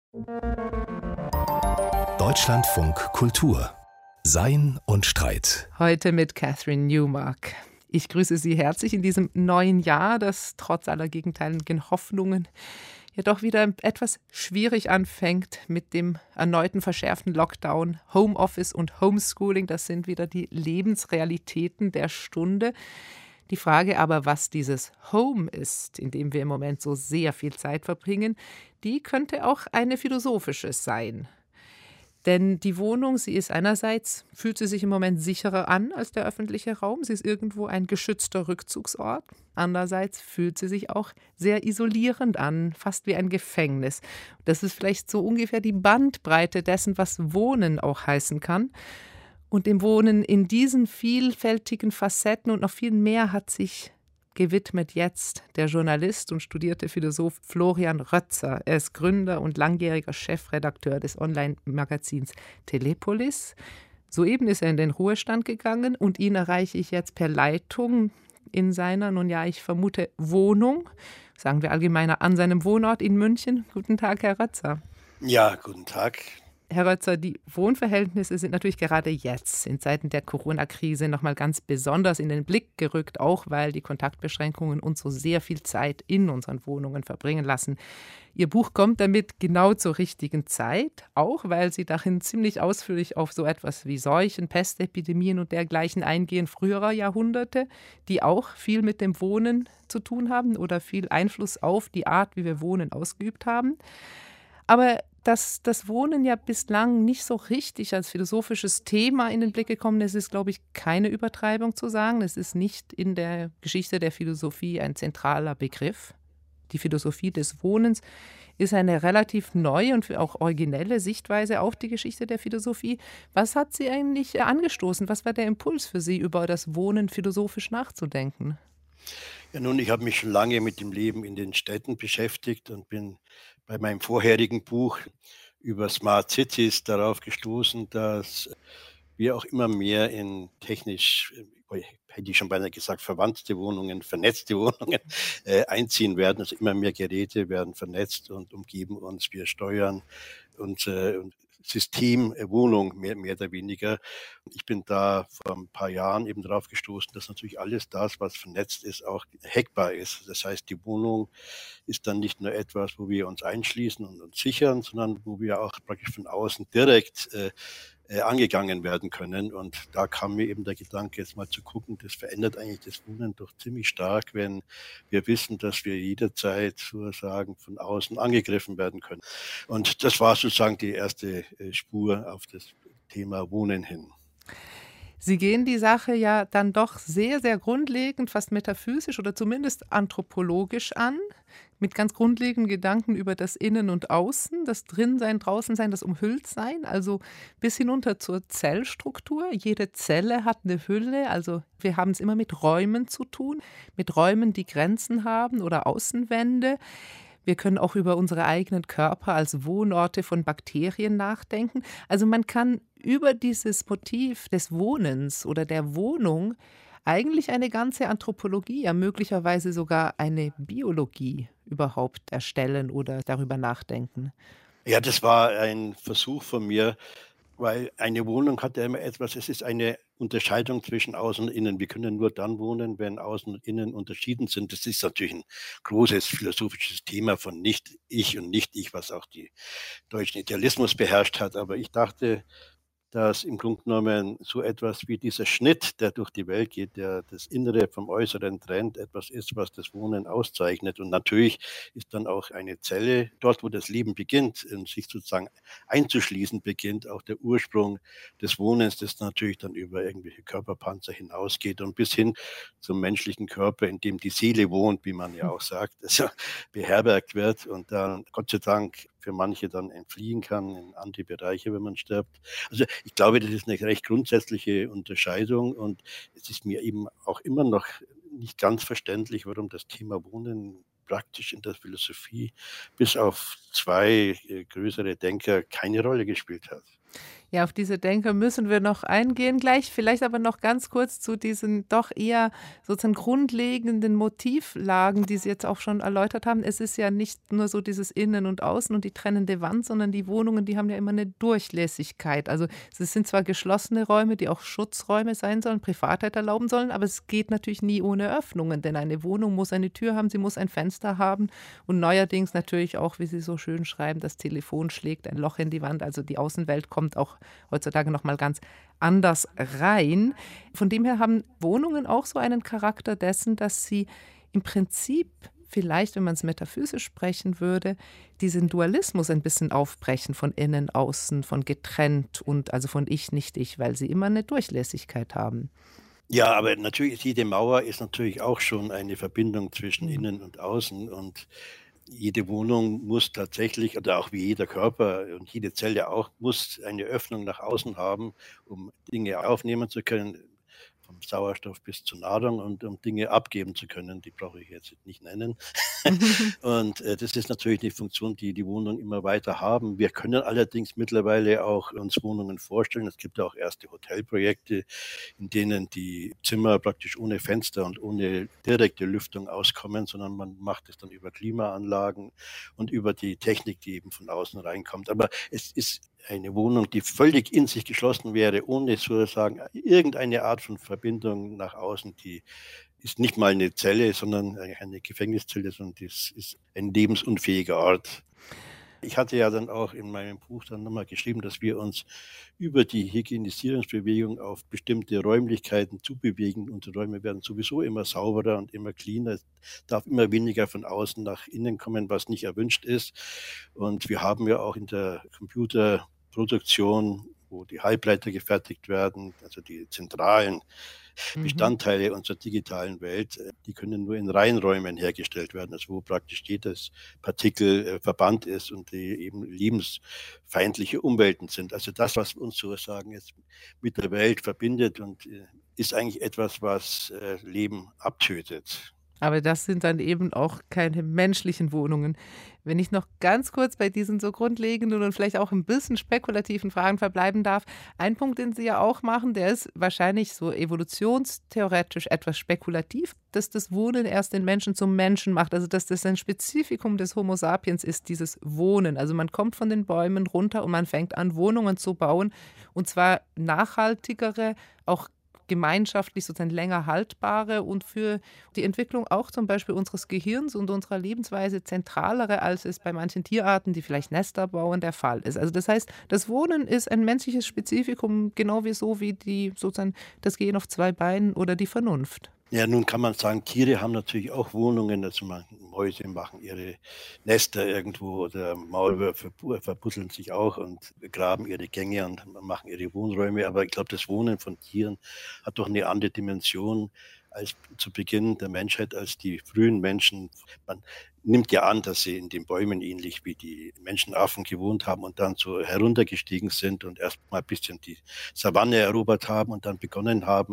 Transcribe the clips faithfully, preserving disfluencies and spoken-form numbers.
Deutschlandfunk Kultur. Sein und Streit. Heute mit Catherine Newmark. Ich grüße Sie herzlich in diesem neuen Jahr, das trotz aller gegenteiligen Hoffnungen ja doch wieder etwas schwierig anfängt mit dem erneuten verschärften Lockdown. Homeoffice und Homeschooling, das sind wieder die Lebensrealitäten der Stunde. Die Frage aber, was dieses Home ist, in dem wir im Moment so sehr viel Zeit verbringen, die könnte auch eine philosophische sein. Denn die Wohnung, sie ist einerseits, fühlt sie sich im Moment sicherer an als der öffentliche Raum. Sie ist irgendwo ein geschützter Rückzugsort. Andererseits fühlt sie sich auch sehr isolierend an, fast wie ein Gefängnis. Das ist vielleicht so ungefähr die Bandbreite dessen, was Wohnen auch heißen kann. Und dem Wohnen in diesen vielfältigen Facetten und noch viel mehr hat sich gewidmet jetzt der Journalist und studierte Philosoph Florian Rötzer. Er ist Gründer und langjähriger Chefredakteur des Online-Magazins Telepolis. Soeben ist er in den Ruhestand gegangen und ihn erreiche ich jetzt per Leitung in seiner, nun ja, ich vermute, Wohnung, sagen wir allgemeiner, an seinem Wohnort in München. Guten Tag, Herr Rötzer. Ja, guten Tag. Herr Rötzer, die Wohnverhältnisse sind natürlich gerade jetzt in Zeiten der Corona-Krise noch mal ganz besonders in den Blick gerückt, auch weil die Kontaktbeschränkungen uns so sehr viel Zeit in unseren Wohnungen verbringen lassen. Ihr Buch kommt damit genau zur richtigen Zeit, auch weil Sie darin ziemlich ausführlich auf so etwas wie Seuchen, Pestepidemien und dergleichen eingehen, früherer Jahrhunderte, die auch viel mit dem Wohnen zu tun haben oder viel Einfluss auf die Art, wie wir Wohnen, ausgeübt haben. Aber dass das Wohnen ja bislang nicht so richtig als philosophisches Thema in den Blick gekommen ist, ist, glaube ich, keine Übertreibung zu sagen. Es ist nicht in der Geschichte der Philosophie ein zentraler Begriff. Die Philosophie des Wohnens ist eine relativ neue und auch originelle Sichtweise auf die Geschichte der Philosophie. Was hat Sie eigentlich angestoßen? Was war der Impuls für Sie, über das Wohnen philosophisch nachzudenken? Ja, nun, ich habe mich schon lange mit dem Leben in den Städten beschäftigt und bin bei meinem vorherigen Buch über Smart Cities darauf gestoßen, dass wir auch immer mehr in technisch, äh, hätte ich schon beinahe gesagt, verwandte Wohnungen, vernetzte Wohnungen äh, einziehen werden. Also immer mehr Geräte werden vernetzt und umgeben uns. Wir steuern und, äh, und Systemwohnung mehr, mehr oder weniger. Ich bin da vor ein paar Jahren eben drauf gestoßen, dass natürlich alles das, was vernetzt ist, auch hackbar ist. Das heißt, die Wohnung ist dann nicht nur etwas, wo wir uns einschließen und uns sichern, sondern wo wir auch praktisch von außen direkt äh, äh, angegangen werden können. Und da kam mir eben der Gedanke, jetzt mal zu gucken, das verändert eigentlich das Wohnen doch ziemlich stark, wenn wir wissen, dass wir jederzeit sozusagen von außen angegriffen werden können. Und das war sozusagen die erste äh, Spur auf das Thema Wohnen hin. Sie gehen die Sache ja dann doch sehr, sehr grundlegend, fast metaphysisch oder zumindest anthropologisch an, mit ganz grundlegenden Gedanken über das Innen und Außen, das Drinsein, Draußensein, das Umhülltsein, also bis hinunter zur Zellstruktur. Jede Zelle hat eine Hülle, also wir haben es immer mit Räumen zu tun, mit Räumen, die Grenzen haben oder Außenwände. Wir können auch über unsere eigenen Körper als Wohnorte von Bakterien nachdenken. Also man kann über dieses Motiv des Wohnens oder der Wohnung eigentlich eine ganze Anthropologie, ja möglicherweise sogar eine Biologie überhaupt erstellen oder darüber nachdenken. Ja, das war ein Versuch von mir, weil eine Wohnung hat ja immer etwas, es ist eine Unterscheidung zwischen Außen und Innen. Wir können nur dann wohnen, wenn Außen und Innen unterschieden sind. Das ist natürlich ein großes philosophisches Thema von Nicht-Ich und Nicht-Ich, was auch die deutschen Idealismus beherrscht hat. Aber ich dachte, dass im Grunde genommen so etwas wie dieser Schnitt, der durch die Welt geht, der das Innere vom Äußeren trennt, etwas ist, was das Wohnen auszeichnet. Und natürlich ist dann auch eine Zelle, dort wo das Leben beginnt und sich sozusagen einzuschließen beginnt, auch der Ursprung des Wohnens, das natürlich dann über irgendwelche Körperpanzer hinausgeht und bis hin zum menschlichen Körper, in dem die Seele wohnt, wie man ja auch sagt, also beherbergt wird und dann Gott sei Dank für manche dann entfliehen kann in andere Bereiche, wenn man stirbt. Also ich glaube, das ist eine recht grundsätzliche Unterscheidung und es ist mir eben auch immer noch nicht ganz verständlich, warum das Thema Wohnen praktisch in der Philosophie bis auf zwei äh, größere Denker keine Rolle gespielt hat. Ja, auf diese Denker müssen wir noch eingehen gleich. Vielleicht aber noch ganz kurz zu diesen doch eher sozusagen grundlegenden Motivlagen, die Sie jetzt auch schon erläutert haben. Es ist ja nicht nur so dieses Innen und Außen und die trennende Wand, sondern die Wohnungen, die haben ja immer eine Durchlässigkeit. Also es sind zwar geschlossene Räume, die auch Schutzräume sein sollen, Privatheit erlauben sollen, aber es geht natürlich nie ohne Öffnungen, denn eine Wohnung muss eine Tür haben, sie muss ein Fenster haben und neuerdings natürlich auch, wie Sie so schön schreiben, das Telefon schlägt ein Loch in die Wand, also die Außenwelt kommt auch heutzutage noch mal ganz anders rein. Von dem her haben Wohnungen auch so einen Charakter dessen, dass sie im Prinzip vielleicht, wenn man es metaphysisch sprechen würde, diesen Dualismus ein bisschen aufbrechen von innen, außen, von getrennt und also von ich, nicht ich, weil sie immer eine Durchlässigkeit haben. Ja, aber natürlich, jede Mauer ist natürlich auch schon eine Verbindung zwischen Mhm. Innen und Außen und jede Wohnung muss tatsächlich oder auch wie jeder Körper und jede Zelle auch, muss eine Öffnung nach außen haben, um Dinge aufnehmen zu können, vom Sauerstoff bis zur Nahrung und um Dinge abgeben zu können. Die brauche ich jetzt nicht nennen. Und äh, das ist natürlich die Funktion, die die Wohnungen immer weiter haben. Wir können allerdings mittlerweile auch uns Wohnungen vorstellen. Es gibt ja auch erste Hotelprojekte, in denen die Zimmer praktisch ohne Fenster und ohne direkte Lüftung auskommen, sondern man macht es dann über Klimaanlagen und über die Technik, die eben von außen reinkommt. Aber es ist eine Wohnung, die völlig in sich geschlossen wäre, ohne sozusagen irgendeine Art von Verbindung nach außen, die ist nicht mal eine Zelle, sondern eine Gefängniszelle, sondern das ist ein lebensunfähiger Ort. Ich hatte ja dann auch in meinem Buch dann nochmal geschrieben, dass wir uns über die Hygienisierungsbewegung auf bestimmte Räumlichkeiten zubewegen. Unsere Räume werden sowieso immer sauberer und immer cleaner. Es darf immer weniger von außen nach innen kommen, was nicht erwünscht ist. Und wir haben ja auch in der Computerproduktion, wo die Halbleiter gefertigt werden, also die zentralen Mhm. Bestandteile unserer digitalen Welt, äh, die können nur in Reinräumen hergestellt werden, also wo praktisch jedes Partikel äh, verbannt ist und die eben lebensfeindliche Umwelten sind. Also das, was uns sozusagen jetzt mit der Welt verbindet und äh, ist eigentlich etwas, was äh, Leben abtötet. Aber das sind dann eben auch keine menschlichen Wohnungen. Wenn ich noch ganz kurz bei diesen so grundlegenden und vielleicht auch ein bisschen spekulativen Fragen verbleiben darf. Ein Punkt, den Sie ja auch machen, der ist wahrscheinlich so evolutionstheoretisch etwas spekulativ, dass das Wohnen erst den Menschen zum Menschen macht. Also, dass das ein Spezifikum des Homo sapiens ist, dieses Wohnen. Also, man kommt von den Bäumen runter und man fängt an, Wohnungen zu bauen, und zwar nachhaltigere, auch gemeinschaftlich sozusagen länger haltbare und für die Entwicklung auch zum Beispiel unseres Gehirns und unserer Lebensweise zentralere, als es bei manchen Tierarten, die vielleicht Nester bauen, der Fall ist. Also das heißt, das Wohnen ist ein menschliches Spezifikum, genau wie so wie die sozusagen das Gehen auf zwei Beinen oder die Vernunft. Ja, nun kann man sagen, Tiere haben natürlich auch Wohnungen, also man, Mäuse machen ihre Nester irgendwo oder Maulwürfe pu- verbuddeln sich auch und graben ihre Gänge und machen ihre Wohnräume. Aber ich glaube, das Wohnen von Tieren hat doch eine andere Dimension als zu Beginn der Menschheit, als die frühen Menschen. Man nimmt ja an, dass sie in den Bäumen ähnlich wie die Menschenaffen gewohnt haben und dann so heruntergestiegen sind und erst mal ein bisschen die Savanne erobert haben und dann begonnen haben,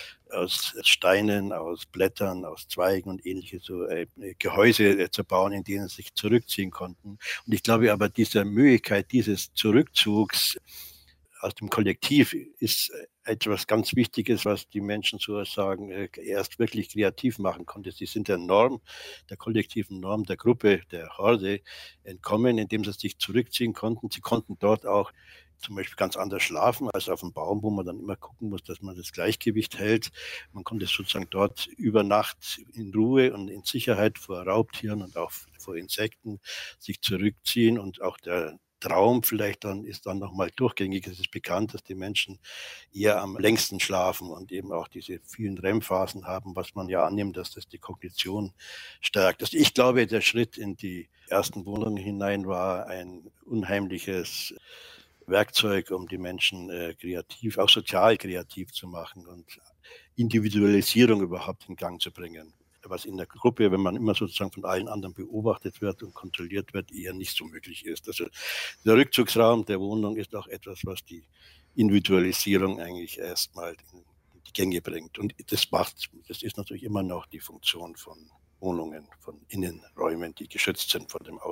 aus Steinen, aus Blättern, aus Zweigen und ähnliche so äh, Gehäuse äh, zu bauen, in denen sie sich zurückziehen konnten. Und ich glaube aber, diese Möglichkeit dieses Zurückzugs aus dem Kollektiv ist etwas ganz Wichtiges, was die Menschen sozusagen äh, erst wirklich kreativ machen konnte. Sie sind der Norm, der kollektiven Norm, der Gruppe, der Horde entkommen, indem sie sich zurückziehen konnten. Sie konnten dort auch zum Beispiel ganz anders schlafen als auf dem Baum, wo man dann immer gucken muss, dass man das Gleichgewicht hält. Man konnte sozusagen dort über Nacht in Ruhe und in Sicherheit vor Raubtieren und auch vor Insekten sich zurückziehen und auch der Traum vielleicht dann ist dann nochmal durchgängig. Es ist bekannt, dass die Menschen eher am längsten schlafen und eben auch diese vielen R E M-Phasen haben, was man ja annimmt, dass das die Kognition stärkt. Also ich glaube, der Schritt in die ersten Wohnungen hinein war ein unheimliches Werkzeug, um die Menschen äh, kreativ, auch sozial kreativ zu machen und Individualisierung überhaupt in Gang zu bringen. Was in der Gruppe, wenn man immer sozusagen von allen anderen beobachtet wird und kontrolliert wird, eher nicht so möglich ist. Also der Rückzugsraum der Wohnung ist auch etwas, was die Individualisierung eigentlich erstmal in die Gänge bringt. Und das macht, das ist natürlich immer noch die Funktion von Wohnungen, von Innenräumen, die geschützt sind von dem Außen.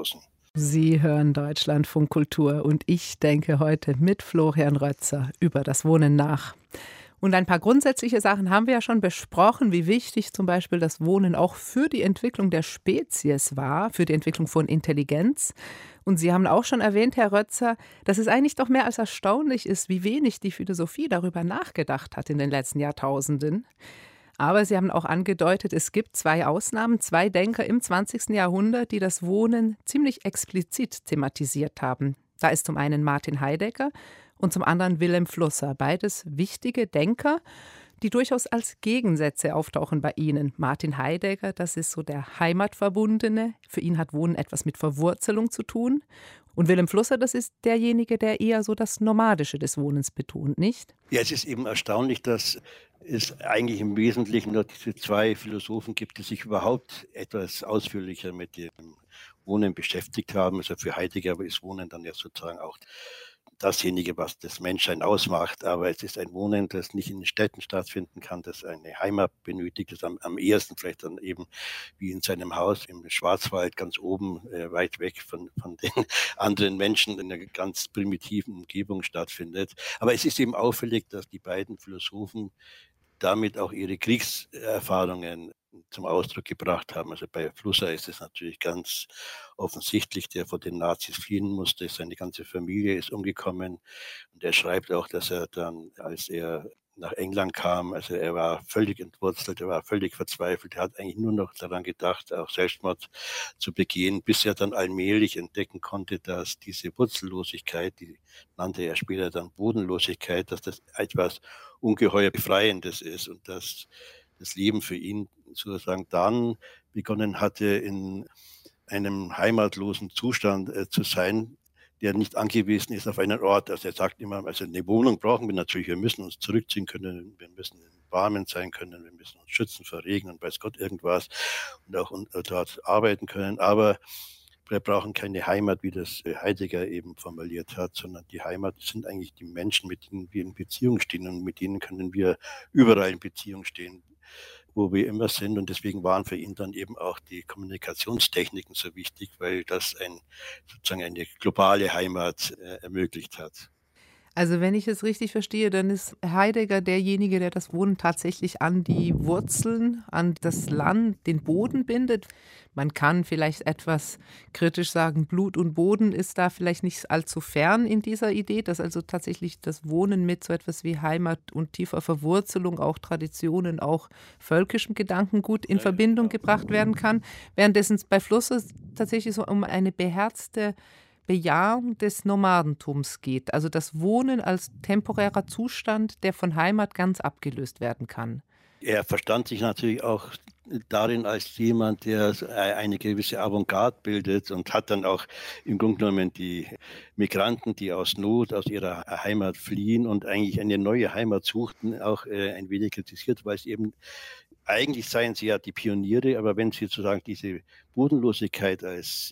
Sie hören Deutschlandfunk Kultur und ich denke heute mit Florian Rötzer über das Wohnen nach. Und ein paar grundsätzliche Sachen haben wir ja schon besprochen, wie wichtig zum Beispiel das Wohnen auch für die Entwicklung der Spezies war, für die Entwicklung von Intelligenz. Und Sie haben auch schon erwähnt, Herr Rötzer, dass es eigentlich doch mehr als erstaunlich ist, wie wenig die Philosophie darüber nachgedacht hat in den letzten Jahrtausenden. Aber Sie haben auch angedeutet, es gibt zwei Ausnahmen, zwei Denker im zwanzigsten Jahrhundert, die das Wohnen ziemlich explizit thematisiert haben. Da ist zum einen Martin Heidegger und zum anderen Wilhelm Flusser, beides wichtige Denker, die durchaus als Gegensätze auftauchen bei Ihnen. Martin Heidegger, das ist so der Heimatverbundene, für ihn hat Wohnen etwas mit Verwurzelung zu tun. Und Wilhelm Flusser, das ist derjenige, der eher so das Nomadische des Wohnens betont, nicht? Ja, es ist eben erstaunlich, dass es eigentlich im Wesentlichen nur diese zwei Philosophen gibt, die sich überhaupt etwas ausführlicher mit dem Wohnen beschäftigt haben. Also für Heidegger ist Wohnen dann ja sozusagen auch dasjenige, was das Menschsein ausmacht. Aber es ist ein Wohnen, das nicht in den Städten stattfinden kann, das eine Heimat benötigt, das am, am ehesten vielleicht dann eben wie in seinem Haus im Schwarzwald ganz oben, äh, weit weg von, von den anderen Menschen in einer ganz primitiven Umgebung stattfindet. Aber es ist eben auffällig, dass die beiden Philosophen damit auch ihre Kriegserfahrungen zum Ausdruck gebracht haben. Also bei Flusser ist es natürlich ganz offensichtlich, der vor den Nazis fliehen musste. Seine ganze Familie ist umgekommen. Und er schreibt auch, dass er dann, als er nach England kam, also er war völlig entwurzelt, er war völlig verzweifelt. Er hat eigentlich nur noch daran gedacht, auch Selbstmord zu begehen, bis er dann allmählich entdecken konnte, dass diese Wurzellosigkeit, die nannte er später dann Bodenlosigkeit, dass das etwas ungeheuer Befreiendes ist und dass das Leben für ihn sozusagen dann begonnen hatte, in einem heimatlosen Zustand äh, zu sein, der nicht angewiesen ist auf einen Ort. Also er sagt immer, also eine Wohnung brauchen wir natürlich, wir müssen uns zurückziehen können, wir müssen im Warmen sein können, wir müssen uns schützen vor Regen und weiß Gott irgendwas und auch und, äh, dort arbeiten können, aber wir brauchen keine Heimat, wie das Heidegger eben formuliert hat, sondern die Heimat sind eigentlich die Menschen, mit denen wir in Beziehung stehen und mit denen können wir überall in Beziehung stehen, wo wir immer sind. Und deswegen waren für ihn dann eben auch die Kommunikationstechniken so wichtig, weil das ein, sozusagen eine globale Heimat äh, ermöglicht hat. Also wenn ich es richtig verstehe, dann ist Heidegger derjenige, der das Wohnen tatsächlich an die Wurzeln, an das Land, den Boden bindet. Man kann vielleicht etwas kritisch sagen, Blut und Boden ist da vielleicht nicht allzu fern in dieser Idee, dass also tatsächlich das Wohnen mit so etwas wie Heimat und tiefer Verwurzelung, auch Traditionen, auch völkischem Gedankengut in Verbindung gebracht werden kann. Währenddessen es bei Flusser tatsächlich so um eine beherzte Bejahung des Nomadentums geht, also das Wohnen als temporärer Zustand, der von Heimat ganz abgelöst werden kann. Er verstand sich natürlich auch darin als jemand, der eine gewisse Avantgarde bildet und hat dann auch im Grunde genommen die Migranten, die aus Not aus ihrer Heimat fliehen und eigentlich eine neue Heimat suchten, auch ein wenig kritisiert, weil es eben eigentlich seien sie ja die Pioniere, aber wenn sie sozusagen diese Bodenlosigkeit als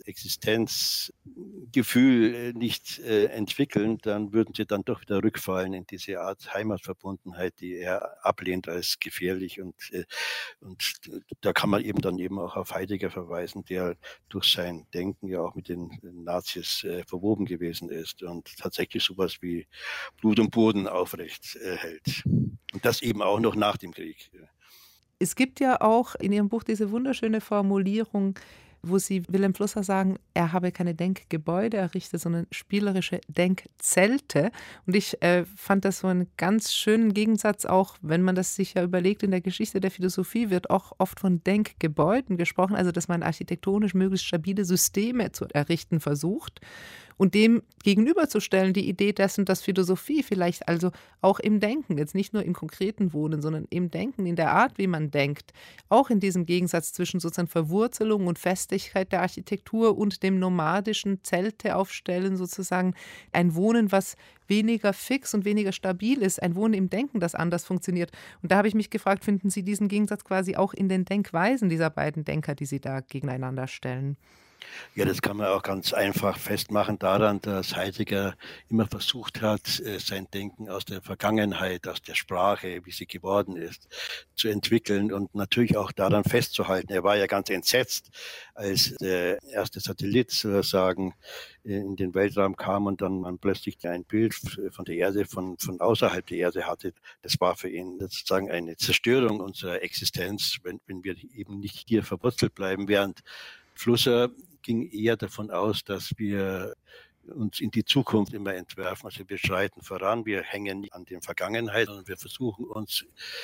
Existenzgefühl nicht äh, entwickeln, dann würden sie dann doch wieder rückfallen in diese Art Heimatverbundenheit, die er ablehnt als gefährlich. Und, äh, und da kann man eben dann eben auch auf Heidegger verweisen, der durch sein Denken ja auch mit den Nazis äh, verwoben gewesen ist und tatsächlich sowas wie Blut und Boden aufrecht äh, hält. Und das eben auch noch nach dem Krieg. Es gibt ja auch in Ihrem Buch diese wunderschöne Formulierung, wo Sie Wilhelm Flusser sagen, er habe keine Denkgebäude errichtet, sondern spielerische Denkzelte. Und ich äh, fand das so einen ganz schönen Gegensatz, auch wenn man das sich ja überlegt, in der Geschichte der Philosophie wird auch oft von Denkgebäuden gesprochen, also dass man architektonisch möglichst stabile Systeme zu errichten versucht. Und dem gegenüberzustellen die Idee dessen, dass Philosophie vielleicht also auch im Denken, jetzt nicht nur im konkreten Wohnen, sondern im Denken, in der Art, wie man denkt, auch in diesem Gegensatz zwischen sozusagen Verwurzelung und Festigkeit der Architektur und dem nomadischen Zelte aufstellen, sozusagen ein Wohnen, was weniger fix und weniger stabil ist, ein Wohnen im Denken, das anders funktioniert. Und da habe ich mich gefragt, finden Sie diesen Gegensatz quasi auch in den Denkweisen dieser beiden Denker, die Sie da gegeneinander stellen? Ja, das kann man auch ganz einfach festmachen daran, dass Heidegger immer versucht hat, äh, sein Denken aus der Vergangenheit, aus der Sprache, wie sie geworden ist, zu entwickeln und natürlich auch daran festzuhalten. Er war ja ganz entsetzt, als der erste Satellit sozusagen in den Weltraum kam und dann man plötzlich ein Bild von der Erde, von, von außerhalb der Erde hatte. Das war für ihn sozusagen eine Zerstörung unserer Existenz, wenn, wenn wir eben nicht hier verwurzelt bleiben, während Flusser ging eher davon aus, dass wir uns in die Zukunft immer entwerfen. Also wir schreiten voran, wir hängen nicht an der Vergangenheit, sondern wir versuchen uns,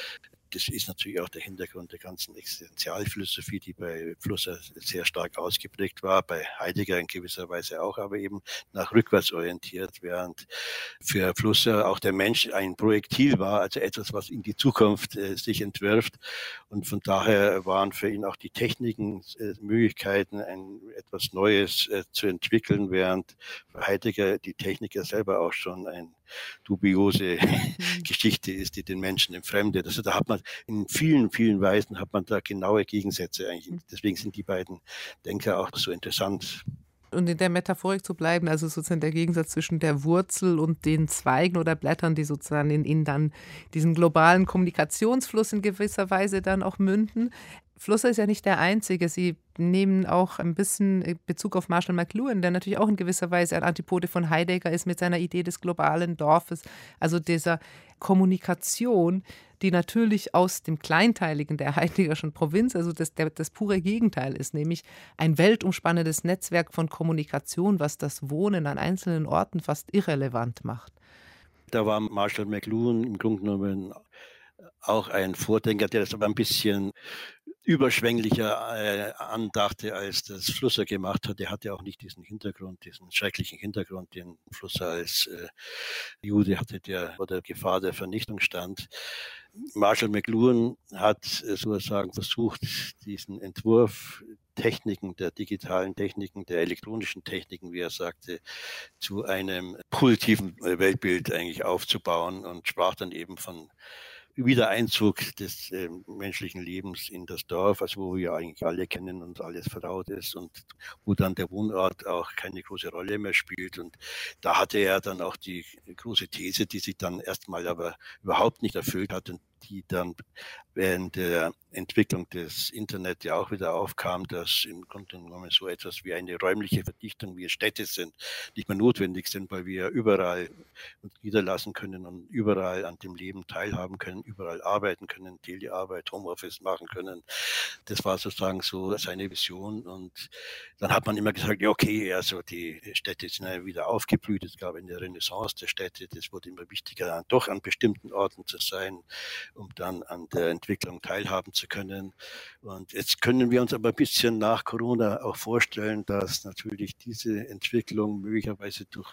das ist natürlich auch der Hintergrund der ganzen Existenzialphilosophie, die bei Flusser sehr stark ausgeprägt war, bei Heidegger in gewisser Weise auch, aber eben nach rückwärts orientiert, während für Flusser auch der Mensch ein Projektil war, also etwas, was in die Zukunft äh, sich entwirft. Und von daher waren für ihn auch die Techniken äh, Möglichkeiten, ein, etwas Neues äh, zu entwickeln, während für Heidegger die Technik ja selber auch schon ein dubiose Geschichte ist, die den Menschen entfremdet. Also da hat man in vielen, vielen Weisen hat man da genaue Gegensätze eigentlich. Deswegen sind die beiden Denker auch so interessant. Und in der Metaphorik zu bleiben, also sozusagen der Gegensatz zwischen der Wurzel und den Zweigen oder Blättern, die sozusagen in, in dann diesen globalen Kommunikationsfluss in gewisser Weise dann auch münden. Flusser ist ja nicht der Einzige. Sie nehmen auch ein bisschen Bezug auf Marshall McLuhan, der natürlich auch in gewisser Weise ein Antipode von Heidegger ist mit seiner Idee des globalen Dorfes, also dieser Kommunikation, die natürlich aus dem Kleinteiligen der Heideggerschen Provinz, also das, der, das pure Gegenteil ist, nämlich ein weltumspannendes Netzwerk von Kommunikation, was das Wohnen an einzelnen Orten fast irrelevant macht. Da war Marshall McLuhan im Grunde genommen auch ein Vordenker, der das aber ein bisschen überschwänglicher äh, andachte, als das Flusser gemacht hat. Er hatte auch nicht diesen Hintergrund, diesen schrecklichen Hintergrund, den Flusser als äh, Jude hatte, der vor der Gefahr der Vernichtung stand. Marshall McLuhan hat äh, sozusagen versucht, diesen Entwurf Techniken, der digitalen Techniken, der elektronischen Techniken, wie er sagte, zu einem positiven Weltbild eigentlich aufzubauen und sprach dann eben von Wiedereinzug des äh, menschlichen Lebens in das Dorf, also wo wir eigentlich alle kennen und alles vertraut ist und wo dann der Wohnort auch keine große Rolle mehr spielt. Und da hatte er dann auch die große These, die sich dann erstmal aber überhaupt nicht erfüllt hat und die dann während der Entwicklung des Internet ja auch wieder aufkam, dass im Grunde genommen so etwas wie eine räumliche Verdichtung, wie Städte sind, nicht mehr notwendig sind, weil wir überall uns niederlassen können und überall an dem Leben teilhaben können, überall arbeiten können, Telearbeit, Homeoffice machen können. Das war sozusagen so seine Vision. Und dann hat man immer gesagt, ja okay, also die Städte sind ja wieder aufgeblüht, es gab eine Renaissance der Städte, das wurde immer wichtiger, doch an bestimmten Orten zu sein, um dann an der Entwicklung teilhaben zu können. Und jetzt können wir uns aber ein bisschen nach Corona auch vorstellen, dass natürlich diese Entwicklung möglicherweise durch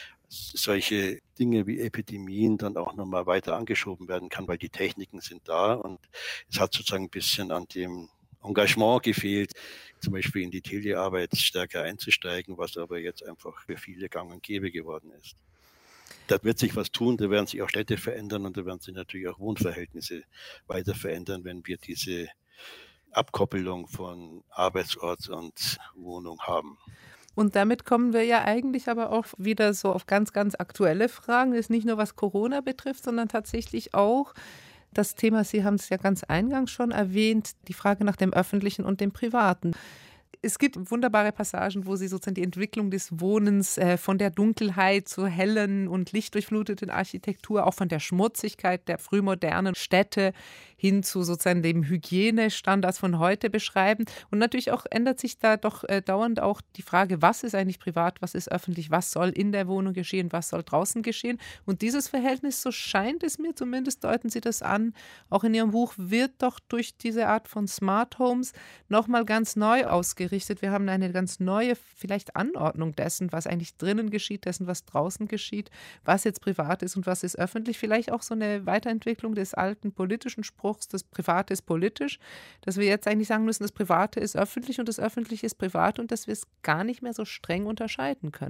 solche Dinge wie Epidemien dann auch nochmal weiter angeschoben werden kann, weil die Techniken sind da und es hat sozusagen ein bisschen an dem Engagement gefehlt, zum Beispiel in die Telearbeit stärker einzusteigen, was aber jetzt einfach für viele gang und gäbe geworden ist. Da wird sich was tun, da werden sich auch Städte verändern und da werden sich natürlich auch Wohnverhältnisse weiter verändern, wenn wir diese Abkoppelung von Arbeitsort und Wohnung haben. Und damit kommen wir ja eigentlich aber auch wieder so auf ganz, ganz aktuelle Fragen. Das ist nicht nur, was Corona betrifft, sondern tatsächlich auch das Thema, Sie haben es ja ganz eingangs schon erwähnt, die Frage nach dem Öffentlichen und dem Privaten. Es gibt wunderbare Passagen, wo Sie sozusagen die Entwicklung des Wohnens äh, von der Dunkelheit zur hellen und lichtdurchfluteten Architektur, auch von der Schmutzigkeit der frühmodernen Städte hin zu sozusagen dem Hygienestandards von heute beschreiben. Und natürlich auch ändert sich da doch äh, dauernd auch die Frage, was ist eigentlich privat, was ist öffentlich, was soll in der Wohnung geschehen, was soll draußen geschehen. Und dieses Verhältnis, so scheint es mir zumindest, deuten Sie das an, auch in Ihrem Buch, wird doch durch diese Art von Smart Homes nochmal ganz neu ausgerichtet. Wir haben eine ganz neue vielleicht Anordnung dessen, was eigentlich drinnen geschieht, dessen, was draußen geschieht, was jetzt privat ist und was ist öffentlich. Vielleicht auch so eine Weiterentwicklung des alten politischen Spruchs, das Private ist politisch, dass wir jetzt eigentlich sagen müssen, das Private ist öffentlich und das Öffentliche ist privat und dass wir es gar nicht mehr so streng unterscheiden können.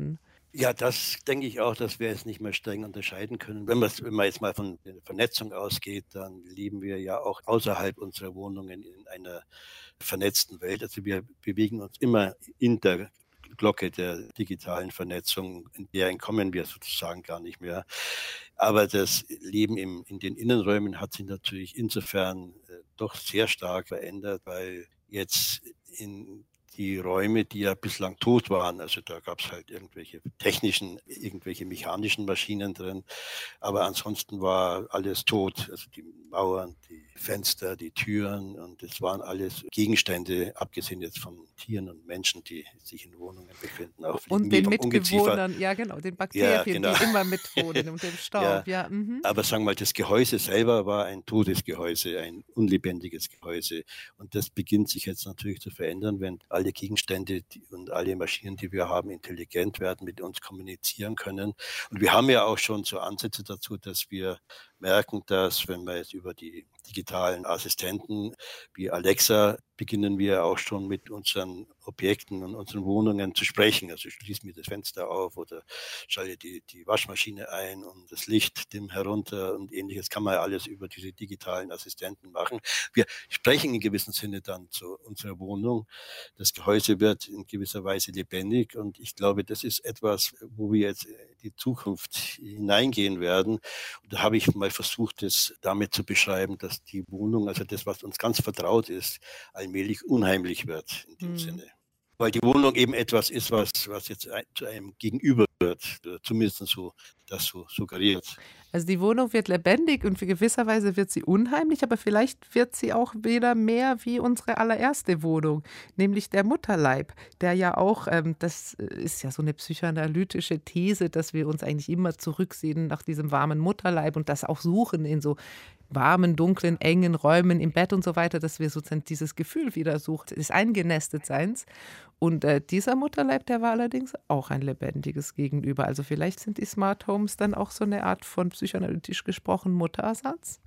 Ja, das denke ich auch, dass wir es nicht mehr streng unterscheiden können. Wenn man's wenn man jetzt mal von der Vernetzung ausgeht, dann leben wir ja auch außerhalb unserer Wohnungen in einer vernetzten Welt. Also, wir bewegen uns immer in der Glocke der digitalen Vernetzung, in der entkommen wir sozusagen gar nicht mehr. Aber das Leben im in den Innenräumen hat sich natürlich insofern, äh, doch sehr stark verändert, weil jetzt in die Räume, die ja bislang tot waren, also da gab's halt irgendwelche technischen, irgendwelche mechanischen Maschinen drin, aber ansonsten war alles tot. Also die Mauern, die Fenster, die Türen, und es waren alles Gegenstände, abgesehen jetzt von Tieren und Menschen, die sich in Wohnungen befinden, auch Und Fliegen den vom Ungeziefer. Mitbewohnern, ja genau, den Ja, Bakterien, genau. die immer mitwohnen und dem Ja, Staub, ja, mhm. aber sagen wir mal, das Gehäuse selber war ein totes Gehäuse, ein unlebendiges Gehäuse. Und das beginnt sich jetzt natürlich zu verändern, wenn alle Gegenstände die und alle Maschinen, die wir haben, intelligent werden, mit uns kommunizieren können. Und wir haben ja auch schon so Ansätze dazu, dass wir merken, dass, wenn wir jetzt über die digitalen Assistenten wie Alexa, beginnen wir auch schon mit unseren Objekten und unseren Wohnungen zu sprechen. Also, schließ mir das Fenster auf oder schalte die die Waschmaschine ein und das Licht dimm herunter und Ähnliches, kann man ja alles über diese digitalen Assistenten machen. Wir sprechen in gewissem Sinne dann zu unserer Wohnung. Das Gehäuse wird in gewisser Weise lebendig, und ich glaube, das ist etwas, wo wir jetzt in die Zukunft hineingehen werden. Und da habe ich mal versucht, das damit zu beschreiben, dass die Wohnung, also das, was uns ganz vertraut ist, allmählich unheimlich wird in dem Mhm. Sinne. Weil die Wohnung eben etwas ist, was was jetzt ei zu einem Gegenüber wird, oder zumindest so das so suggeriert. Also, die Wohnung wird lebendig und in gewisser Weise wird sie unheimlich, aber vielleicht wird sie auch wieder mehr wie unsere allererste Wohnung, nämlich der Mutterleib, der ja auch, ähm das ist ja so eine psychoanalytische These, dass wir uns eigentlich immer zurücksehen nach diesem warmen Mutterleib und das auch suchen in so warmen, dunklen, engen Räumen im Bett und so weiter, dass wir sozusagen dieses Gefühl wieder suchen des Eingenestetseins. Und, äh, dieser Mutterleib, der war allerdings auch ein lebendiges Gegenüber. Also, vielleicht sind die Smart Homes dann auch so eine Art von psychoanalytisch gesprochen Mutterersatz?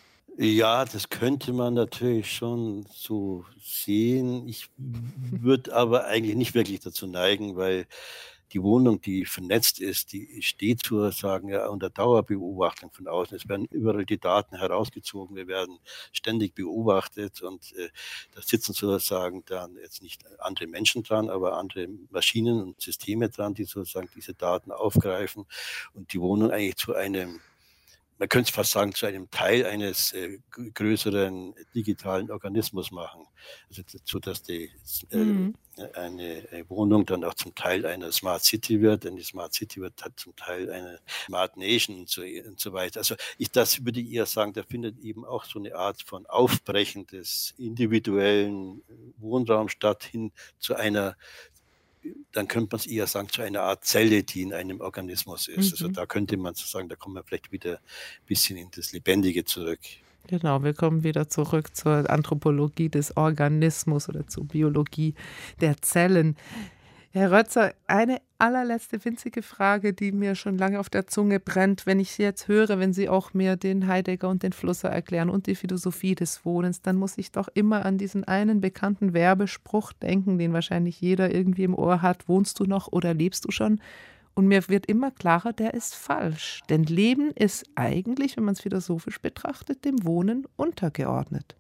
Ja, das könnte man natürlich schon so sehen. Ich würde aber eigentlich nicht wirklich dazu neigen, weil die Wohnung, die vernetzt ist, die steht sozusagen ja unter Dauerbeobachtung von außen. Es werden überall die Daten herausgezogen, wir werden ständig beobachtet, und, äh, da sitzen sozusagen dann jetzt nicht andere Menschen dran, aber andere Maschinen und Systeme dran, die sozusagen diese Daten aufgreifen und die Wohnung eigentlich zu einem, man könnte es fast sagen, zu einem Teil eines, äh, g größeren digitalen Organismus machen. Also, d sodass die äh, Mhm. eine eine Wohnung dann auch zum Teil einer Smart City wird, denn die Smart City wird halt zum Teil eine Smart Nation und so und so weiter. Also, ich das würde ich eher sagen, da findet eben auch so eine Art von Aufbrechen des individuellen Wohnraums statt, hin zu einer, dann könnte man es eher sagen, zu einer Art Zelle, die in einem Organismus ist. Also, Mhm. da könnte man so sagen, da kommen wir vielleicht wieder ein bisschen in das Lebendige zurück. Genau, wir kommen wieder zurück zur Anthropologie des Organismus oder zur Biologie der Zellen. Herr Rötzer, eine allerletzte winzige Frage, die mir schon lange auf der Zunge brennt, wenn ich Sie jetzt höre, wenn Sie auch mir den Heidegger und den Flusser erklären und die Philosophie des Wohnens, dann muss ich doch immer an diesen einen bekannten Werbespruch denken, den wahrscheinlich jeder irgendwie im Ohr hat: „Wohnst du noch oder lebst du schon?“ Und mir wird immer klarer, der ist falsch. Denn Leben ist eigentlich, wenn man es philosophisch betrachtet, dem Wohnen untergeordnet.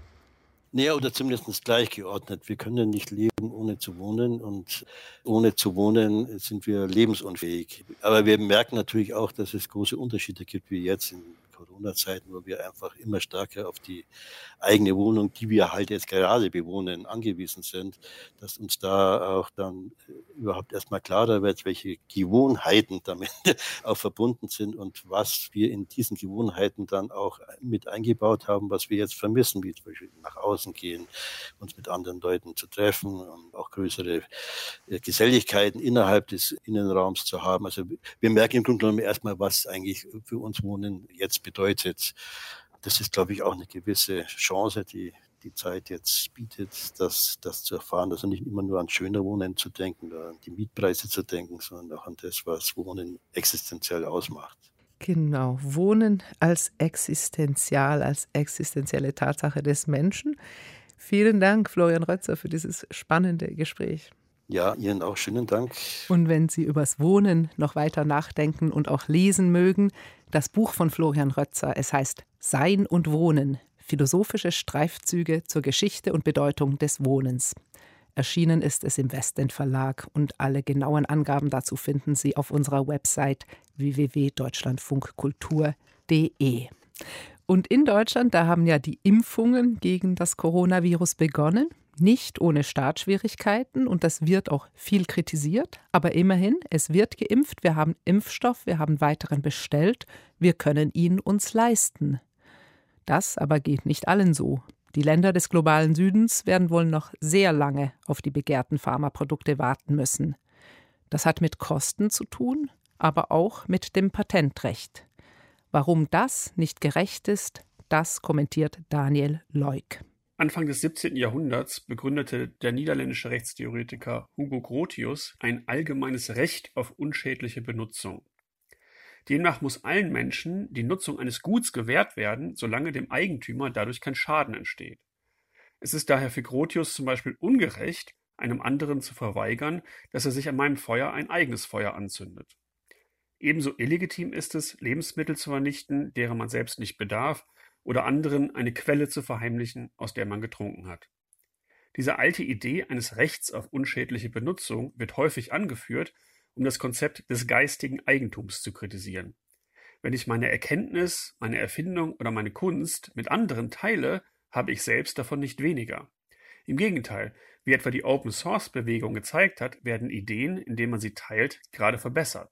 Na ja, oder zumindest gleichgeordnet. Wir können nicht leben, ohne zu wohnen, und ohne zu wohnen sind wir lebensunfähig. Aber wir merken natürlich auch, dass es große Unterschiede gibt, wie jetzt in Corona-Zeiten, wo wir einfach immer stärker auf die eigene Wohnung, die wir halt jetzt gerade bewohnen, angewiesen sind, dass uns da auch dann äh, überhaupt erst mal klarer wird, welche Gewohnheiten damit auch verbunden sind und was wir in diesen Gewohnheiten dann auch mit eingebaut haben, was wir jetzt vermissen, wie zum Beispiel nach außen gehen, uns mit anderen Leuten zu treffen und auch größere äh, Geselligkeiten innerhalb des Innenraums zu haben. Also wir merken im Grunde genommen erstmal, was eigentlich für uns Wohnen jetzt bedeutet. Das ist, glaube ich, auch eine gewisse Chance, die die Zeit jetzt bietet, das das zu erfahren. Also nicht immer nur an schöner Wohnen zu denken oder an die Mietpreise zu denken, sondern auch an das, was Wohnen existenziell ausmacht. Genau, Wohnen als existenzial, als existenzielle Tatsache des Menschen. Vielen Dank, Florian Rötzer, für dieses spannende Gespräch. Ja, Ihnen auch schönen Dank. Und wenn Sie übers Wohnen noch weiter nachdenken und auch lesen mögen, das Buch von Florian Rötzer, es heißt Sein und Wohnen, philosophische Streifzüge zur Geschichte und Bedeutung des Wohnens. Erschienen ist es im Westend Verlag und alle genauen Angaben dazu finden Sie auf unserer Website w w w punkt deutschlandfunkkultur punkt d e. Und in Deutschland, da haben ja die Impfungen gegen das Coronavirus begonnen. Nicht ohne Startschwierigkeiten und das wird auch viel kritisiert. Aber immerhin, es wird geimpft, wir haben Impfstoff, wir haben weiteren bestellt, wir können ihn uns leisten. Das aber geht nicht allen so. Die Länder des globalen Südens werden wohl noch sehr lange auf die begehrten Pharmaprodukte warten müssen. Das hat mit Kosten zu tun, aber auch mit dem Patentrecht. Warum das nicht gerecht ist, das kommentiert Daniel Leuk. Anfang des siebzehnten Jahrhunderts begründete der niederländische Rechtstheoretiker Hugo Grotius ein allgemeines Recht auf unschädliche Benutzung. Demnach muss allen Menschen die Nutzung eines Guts gewährt werden, solange dem Eigentümer dadurch kein Schaden entsteht. Es ist daher für Grotius zum Beispiel ungerecht, einem anderen zu verweigern, dass er sich an meinem Feuer ein eigenes Feuer anzündet. Ebenso illegitim ist es, Lebensmittel zu vernichten, deren man selbst nicht bedarf, oder anderen eine Quelle zu verheimlichen, aus der man getrunken hat. Diese alte Idee eines Rechts auf unschädliche Benutzung wird häufig angeführt, um das Konzept des geistigen Eigentums zu kritisieren. Wenn ich meine Erkenntnis, meine Erfindung oder meine Kunst mit anderen teile, habe ich selbst davon nicht weniger. Im Gegenteil, wie etwa die Open-Source-Bewegung gezeigt hat, werden Ideen, indem man sie teilt, gerade verbessert.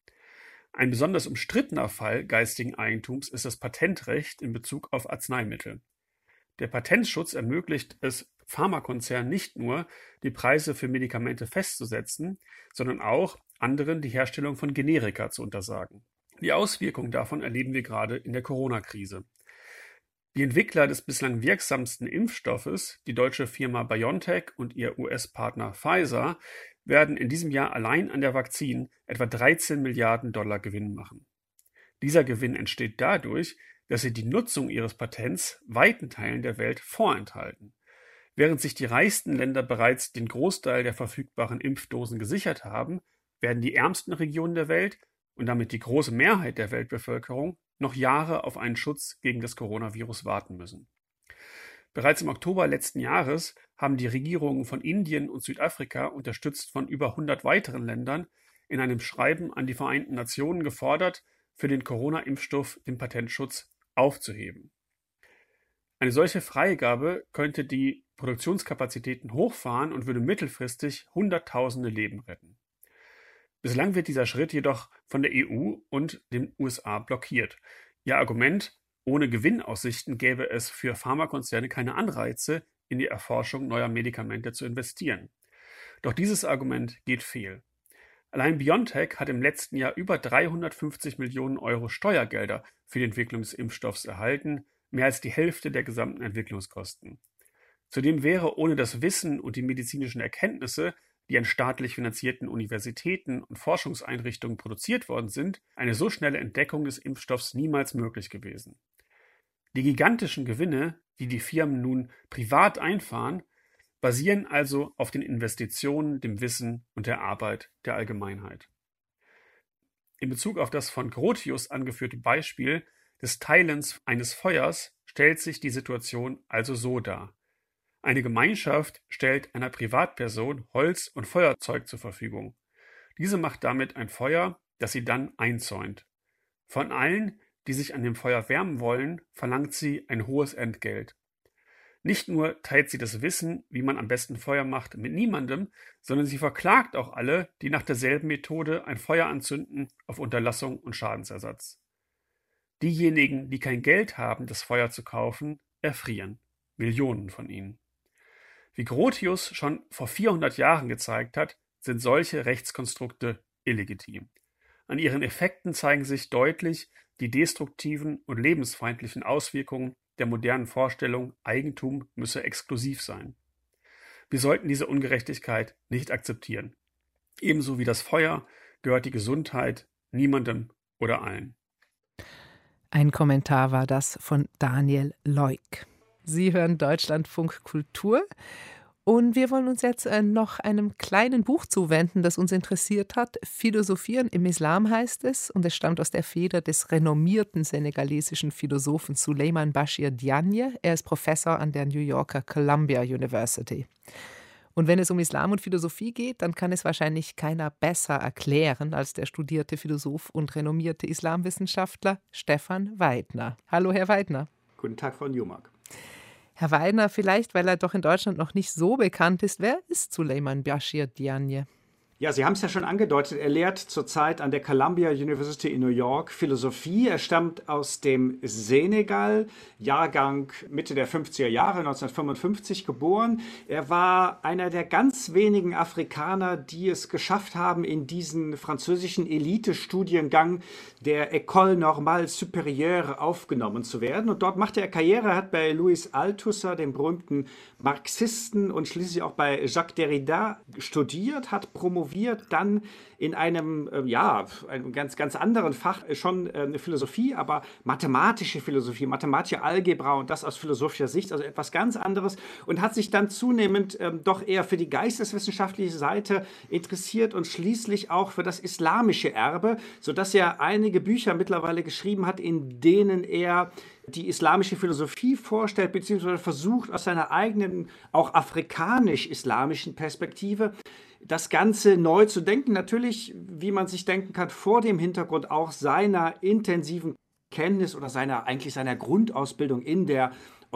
Ein besonders umstrittener Fall geistigen Eigentums ist das Patentrecht in Bezug auf Arzneimittel. Der Patentschutz ermöglicht es Pharmakonzernen nicht nur, die Preise für Medikamente festzusetzen, sondern auch anderen die Herstellung von Generika zu untersagen. Die Auswirkungen davon erleben wir gerade in der Corona-Krise. Die Entwickler des bislang wirksamsten Impfstoffes, die deutsche Firma BioNTech und ihr U S-Partner Pfizer, werden in diesem Jahr allein an der Vakzin etwa dreizehn Milliarden Dollar Gewinn machen. Dieser Gewinn entsteht dadurch, dass sie die Nutzung ihres Patents weiten Teilen der Welt vorenthalten. Während sich die reichsten Länder bereits den Großteil der verfügbaren Impfdosen gesichert haben, werden die ärmsten Regionen der Welt und damit die große Mehrheit der Weltbevölkerung noch Jahre auf einen Schutz gegen das Coronavirus warten müssen. Bereits im Oktober letzten Jahres haben die Regierungen von Indien und Südafrika, unterstützt von über hundert weiteren Ländern, in einem Schreiben an die Vereinten Nationen gefordert, für den Corona-Impfstoff den Patentschutz aufzuheben. Eine solche Freigabe könnte die Produktionskapazitäten hochfahren und würde mittelfristig Hunderttausende Leben retten. Bislang wird dieser Schritt jedoch von der E U und den U S A blockiert. Ihr Argument: Ohne Gewinnaussichten gäbe es für Pharmakonzerne keine Anreize, in die Erforschung neuer Medikamente zu investieren. Doch dieses Argument geht fehl. Allein BioNTech hat im letzten Jahr über dreihundertfünfzig Millionen Euro Steuergelder für die Entwicklung des Impfstoffs erhalten, mehr als die Hälfte der gesamten Entwicklungskosten. Zudem wäre ohne das Wissen und die medizinischen Erkenntnisse, die an staatlich finanzierten Universitäten und Forschungseinrichtungen produziert worden sind, eine so schnelle Entdeckung des Impfstoffs niemals möglich gewesen. Die gigantischen Gewinne, die die Firmen nun privat einfahren, basieren also auf den Investitionen, dem Wissen und der Arbeit der Allgemeinheit. In Bezug auf das von Grotius angeführte Beispiel des Teilens eines Feuers stellt sich die Situation also so dar. Eine Gemeinschaft stellt einer Privatperson Holz und Feuerzeug zur Verfügung. Diese macht damit ein Feuer, das sie dann einzäunt. Von allen, die sich an dem Feuer wärmen wollen, verlangt sie ein hohes Entgelt. Nicht nur teilt sie das Wissen, wie man am besten Feuer macht, mit niemandem, sondern sie verklagt auch alle, die nach derselben Methode ein Feuer anzünden, auf Unterlassung und Schadensersatz. Diejenigen, die kein Geld haben, das Feuer zu kaufen, erfrieren. Millionen von ihnen. Wie Grotius schon vor vierhundert Jahren gezeigt hat, sind solche Rechtskonstrukte illegitim. An ihren Effekten zeigen sich deutlich die destruktiven und lebensfeindlichen Auswirkungen der modernen Vorstellung, Eigentum müsse exklusiv sein. Wir sollten diese Ungerechtigkeit nicht akzeptieren. Ebenso wie das Feuer gehört die Gesundheit niemandem oder allen. Ein Kommentar war das von Daniel Leuk. Sie hören Deutschlandfunk Kultur Und wir wollen uns jetzt äh, noch einem kleinen Buch zuwenden, das uns interessiert hat. Philosophieren im Islam heißt es, und es stammt aus der Feder des renommierten senegalesischen Philosophen Souleymane Bachir Diagne. Er ist Professor an der New Yorker Columbia University. Und wenn es um Islam und Philosophie geht, dann kann es wahrscheinlich keiner besser erklären als der studierte Philosoph und renommierte Islamwissenschaftler Stefan Weidner. Hallo, Herr Weidner. Guten Tag, Frau Newmark. Herr Weidner, vielleicht, weil er doch in Deutschland noch nicht so bekannt ist, wer ist Souleymane Bachir Diagne? Ja, Sie haben es ja schon angedeutet, er lehrt zurzeit an der Columbia University in New York Philosophie. Er stammt aus dem Senegal, Jahrgang Mitte der fünfziger Jahre, neunzehnhundertfünfundfünfzig geboren. Er war einer der ganz wenigen Afrikaner, die es geschafft haben, in diesen französischen Elite-Studiengang der École Normale Supérieure aufgenommen zu werden. Und dort machte er Karriere, er hat bei Louis Althusser, dem berühmten Marxisten, und schließlich auch bei Jacques Derrida studiert, hat promoviert, dann in einem, äh, ja, einem ganz, ganz anderen Fach schon äh, eine Philosophie, aber mathematische Philosophie, mathematische Algebra und das aus philosophischer Sicht, also etwas ganz anderes, und hat sich dann zunehmend ähm, doch eher für die geisteswissenschaftliche Seite interessiert und schließlich auch für das islamische Erbe, sodass er einige Bücher mittlerweile geschrieben hat, in denen er die islamische Philosophie vorstellt, beziehungsweise versucht, aus seiner eigenen, auch afrikanisch-islamischen Perspektive das Ganze neu zu denken. Natürlich, wie man sich denken kann, vor dem Hintergrund auch seiner intensiven Kenntnis oder seiner, eigentlich seiner Grundausbildung in der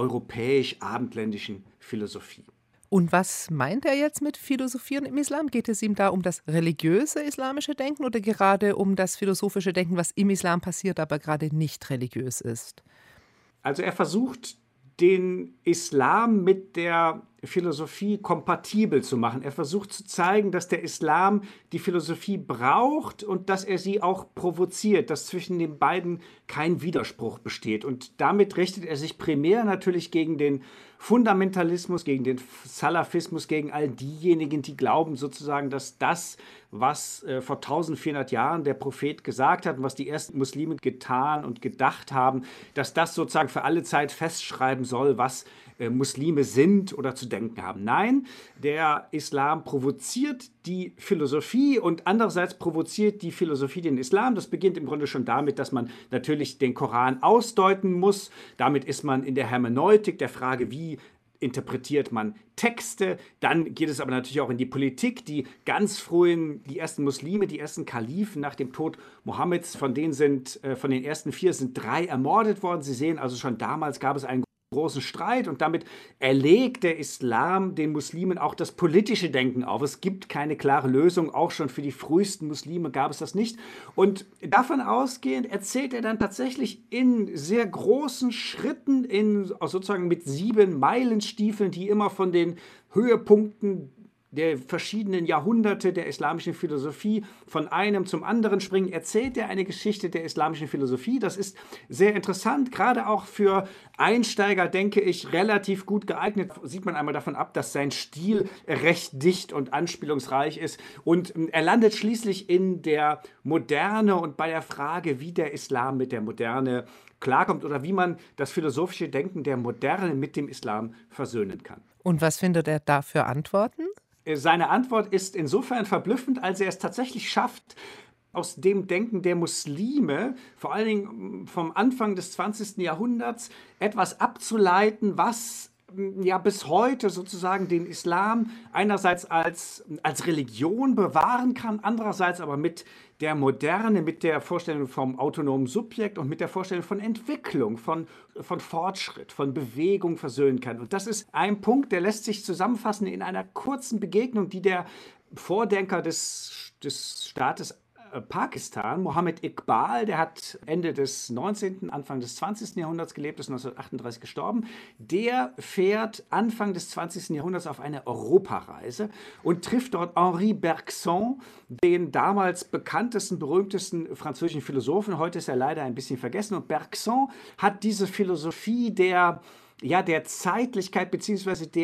europäisch-abendländischen Philosophie. Und was meint er jetzt mit Philosophieren im Islam? Geht es ihm da um das religiöse islamische Denken oder gerade um das philosophische Denken, was im Islam passiert, aber gerade nicht religiös ist? Also er versucht, den Islam mit der Philosophie kompatibel zu machen. Er versucht zu zeigen, dass der Islam die Philosophie braucht und dass er sie auch provoziert, dass zwischen den beiden kein Widerspruch besteht. Und damit richtet er sich primär natürlich gegen den Fundamentalismus, gegen den Salafismus, gegen all diejenigen, die glauben sozusagen, dass das, was äh, vor eintausendvierhundert Jahren der Prophet gesagt hat und was die ersten Muslime getan und gedacht haben, dass das sozusagen für alle Zeit festschreiben soll, was äh, Muslime sind oder zu denken haben. Nein, der Islam provoziert die Philosophie und andererseits provoziert die Philosophie den Islam. Das beginnt im Grunde schon damit, dass man natürlich den Koran ausdeuten muss. Damit ist man in der Hermeneutik, der Frage, wie interpretiert man Texte. Dann geht es aber natürlich auch in die Politik. Die ganz frühen, die ersten Muslime, die ersten Kalifen nach dem Tod Mohammeds, von denen sind, äh, von den ersten vier sind drei ermordet worden. Sie sehen also, schon damals gab es einen großen Streit und damit erlegt der Islam den Muslimen auch das politische Denken auf. Es gibt keine klare Lösung, auch schon für die frühesten Muslime gab es das nicht. Und davon ausgehend erzählt er dann tatsächlich in sehr großen Schritten, in, sozusagen mit sieben Meilenstiefeln, die immer von den Höhepunkten der verschiedenen Jahrhunderte der islamischen Philosophie von einem zum anderen springen, erzählt er eine Geschichte der islamischen Philosophie. Das ist sehr interessant, gerade auch für Einsteiger, denke ich, relativ gut geeignet. Sieht man einmal davon ab, dass sein Stil recht dicht und anspielungsreich ist. Und er landet schließlich in der Moderne und bei der Frage, wie der Islam mit der Moderne klarkommt oder wie man das philosophische Denken der Moderne mit dem Islam versöhnen kann. Und was findet er da für Antworten? Seine Antwort ist insofern verblüffend, als er es tatsächlich schafft, aus dem Denken der Muslime, vor allen Dingen vom Anfang des zwanzigsten Jahrhunderts, etwas abzuleiten, was ja bis heute sozusagen den Islam einerseits als, als Religion bewahren kann, andererseits aber mit der Moderne, mit der Vorstellung vom autonomen Subjekt und mit der Vorstellung von Entwicklung, von, von Fortschritt, von Bewegung versöhnen kann. Und das ist ein Punkt, der lässt sich zusammenfassen in einer kurzen Begegnung, die der Vordenker des, des Staates Pakistan, Mohammed Iqbal, der hat Ende des neunzehnten, Anfang des zwanzigsten Jahrhunderts gelebt, ist neunzehnhundertachtunddreißig gestorben. Der fährt Anfang des zwanzigsten Jahrhunderts auf eine Europareise und trifft dort Henri Bergson, den damals bekanntesten, berühmtesten französischen Philosophen. Heute ist er leider ein bisschen vergessen. Und Bergson hat diese Philosophie der ja, der Zeitlichkeit bzw. der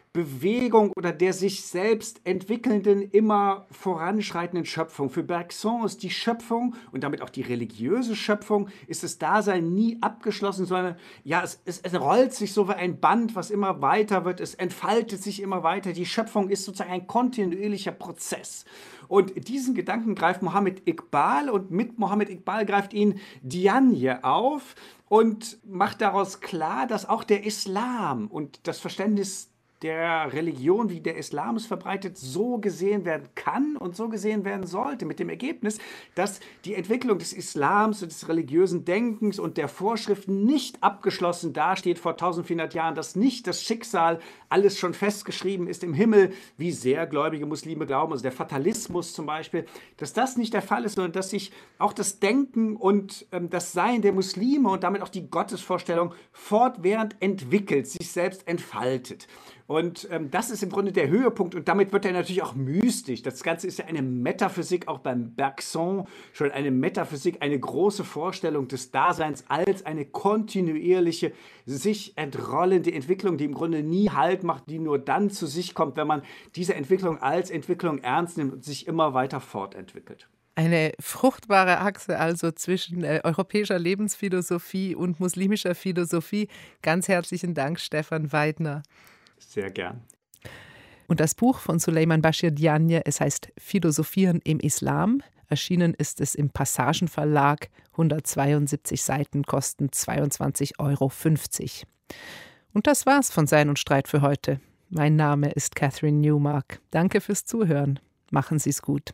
Bewegung oder der sich selbst entwickelnden, immer voranschreitenden Schöpfung. Für Bergson ist die Schöpfung und damit auch die religiöse Schöpfung, ist das Dasein nie abgeschlossen, sondern ja, es, es, es rollt sich so wie ein Band, was immer weiter wird, es entfaltet sich immer weiter. Die Schöpfung ist sozusagen ein kontinuierlicher Prozess. Und diesen Gedanken greift Mohammed Iqbal und mit Mohammed Iqbal greift ihn Dyanie auf und macht daraus klar, dass auch der Islam und das Verständnis der Religion, wie der Islam es verbreitet, so gesehen werden kann und so gesehen werden sollte, mit dem Ergebnis, dass die Entwicklung des Islams und des religiösen Denkens und der Vorschriften nicht abgeschlossen dasteht vor eintausendvierhundert Jahren, dass nicht das Schicksal alles schon festgeschrieben ist im Himmel, wie sehr gläubige Muslime glauben, also der Fatalismus zum Beispiel, dass das nicht der Fall ist, sondern dass sich auch das Denken und ähm, das Sein der Muslime und damit auch die Gottesvorstellung fortwährend entwickelt, sich selbst entfaltet. Und ähm, das ist im Grunde der Höhepunkt und damit wird er natürlich auch mystisch. Das Ganze ist ja eine Metaphysik, auch beim Bergson schon eine Metaphysik, eine große Vorstellung des Daseins als eine kontinuierliche, sich entrollende Entwicklung, die im Grunde nie Halt macht, die nur dann zu sich kommt, wenn man diese Entwicklung als Entwicklung ernst nimmt und sich immer weiter fortentwickelt. Eine fruchtbare Achse also zwischen äh, europäischer Lebensphilosophie und muslimischer Philosophie. Ganz herzlichen Dank, Stefan Weidner. Sehr gern. Und das Buch von Suleiman Bashir Dyanie, es heißt Philosophieren im Islam. Erschienen ist es im Passagen Verlag, hundertzweiundsiebzig Seiten, kosten zweiundzwanzig Euro fünfzig. Und das war's von Sein und Streit für heute. Mein Name ist Catherine Newmark. Danke fürs Zuhören. Machen Sie's gut.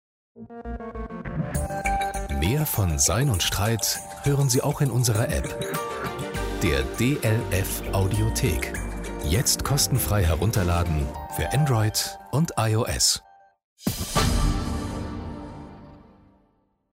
Mehr von Sein und Streit hören Sie auch in unserer App, der D L F Audiothek. Jetzt kostenfrei herunterladen für Android und iOS.